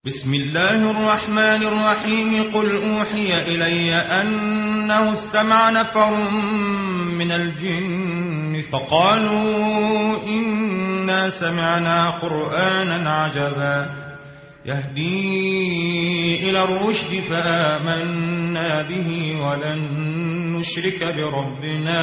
بسم الله الرحمن الرحيم. قل أوحي إلي أنه استمع نفر من الجن فقالوا إنا سمعنا قرآنا عجبا يهدي إلى الرشد فآمنا به ولن نشرك بربنا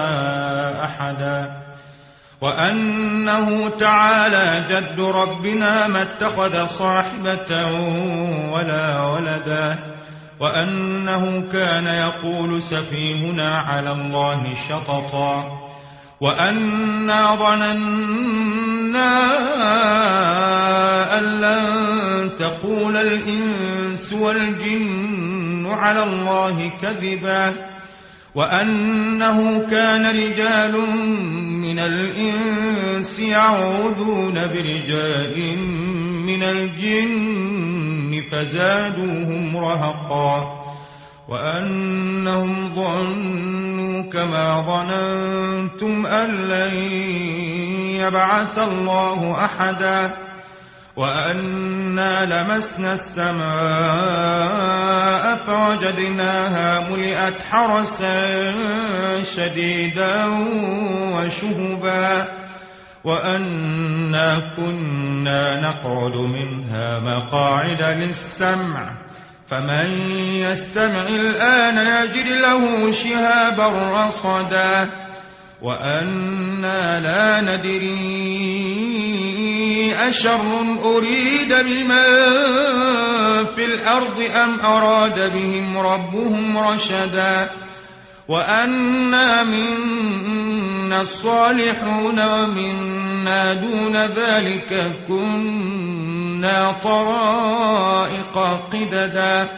أحدا وأنه تعالى جد ربنا ما اتخذ صاحبة ولا ولدا وأنه كان يقول سفيهنا على الله شططا وأنا ظننا أن لن تقول الإنس والجن على الله كذبا وأنه كان رجال من الإنس يعوذون برجال من الجن فزادوهم رهقا وأنهم ظنوا كما ظننتم أن لن يبعث الله أحدا وأنا لمسنا السماء فوجدناها ملئت حرسا شديدا وشهبا وأنا كنا نقعد منها مقاعد للسمع فمن يستمع الآن يجد له شهابا رصدا وأنا لا ندري أشر أريد بمن في الأرض أم أراد بهم ربهم رشدا وأنا منا الصالحون ومنا دون ذلك كنا طرائق قددا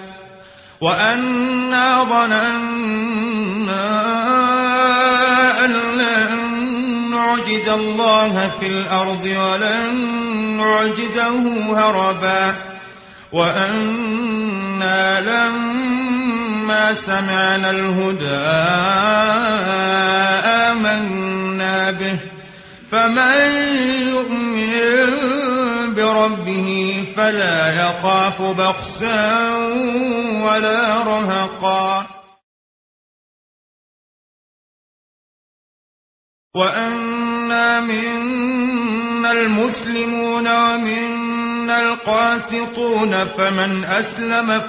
وأنا ظننا أن لن نعجز الله في الأرض ولن نعجزه هربا وأنا لما سمعنا الهدى آمنا به فمن يؤمن بربه فلا يخاف بخسا ولا رهقا وأنا منا المسلمون ومنا القاسطون فمن أسلم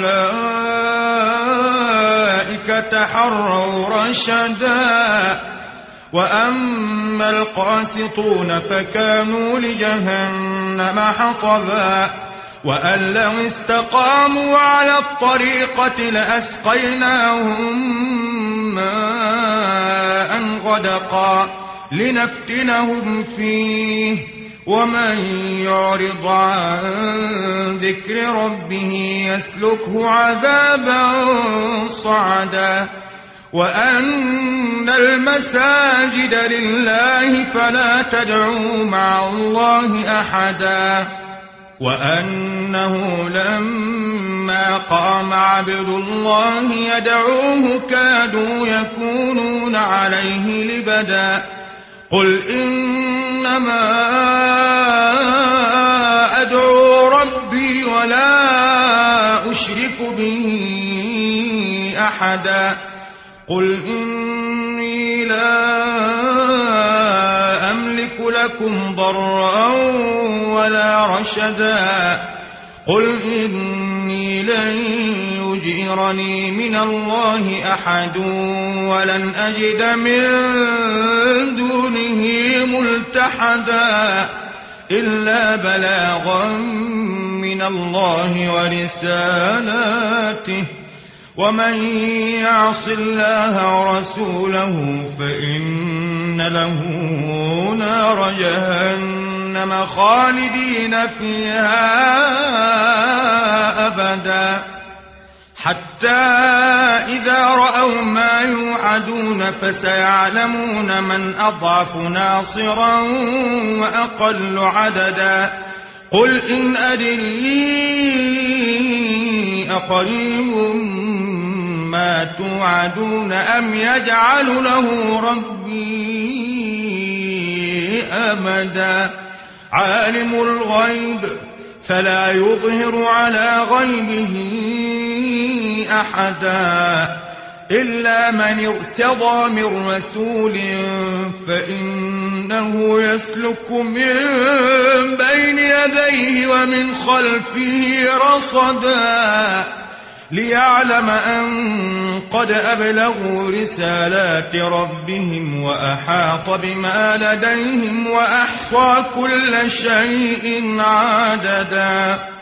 فأولئك تحروا رشدا وأما القاسطون فكانوا لجهنم حطبا وأن لو استقاموا على الطريقة لأسقيناهم ماء غدقا لنفتنهم فيه ومن يعرض عن ذكر ربه يسلكه عذابا صعدا وأن المساجد لله فلا تدعوا مع الله أحدا وأنه لما قام عبد الله يدعوه كادوا يكونون عليه لبدا قل إنما أدعو ربي ولا أشرك به أحدا قل إني لا أملك لكم ضرا ولا رشدا قل إني لن يجيرني من الله أحد ولن أجد من دونه ملتحدا إلا بلاغا من الله ورسالاته ومن يعص الله ورسوله فإن له نار جهنم خالدين فيها أبدا حتى إذا رأوا ما يوعدون فسيعلمون من أضعف ناصرا وأقل عددا قل إن أدري أقريب ما توعدون أم يجعل له ربي أمدا عالم الغيب فلا يظهر على غيبه أحدا إلا من ارتضى من رسول فإنه يسلك من بين يديه ومن خلفه رصدا ليعلم أن قد أبلغوا رسالات ربهم وأحاط بما لديهم وأحصى كل شيء عددا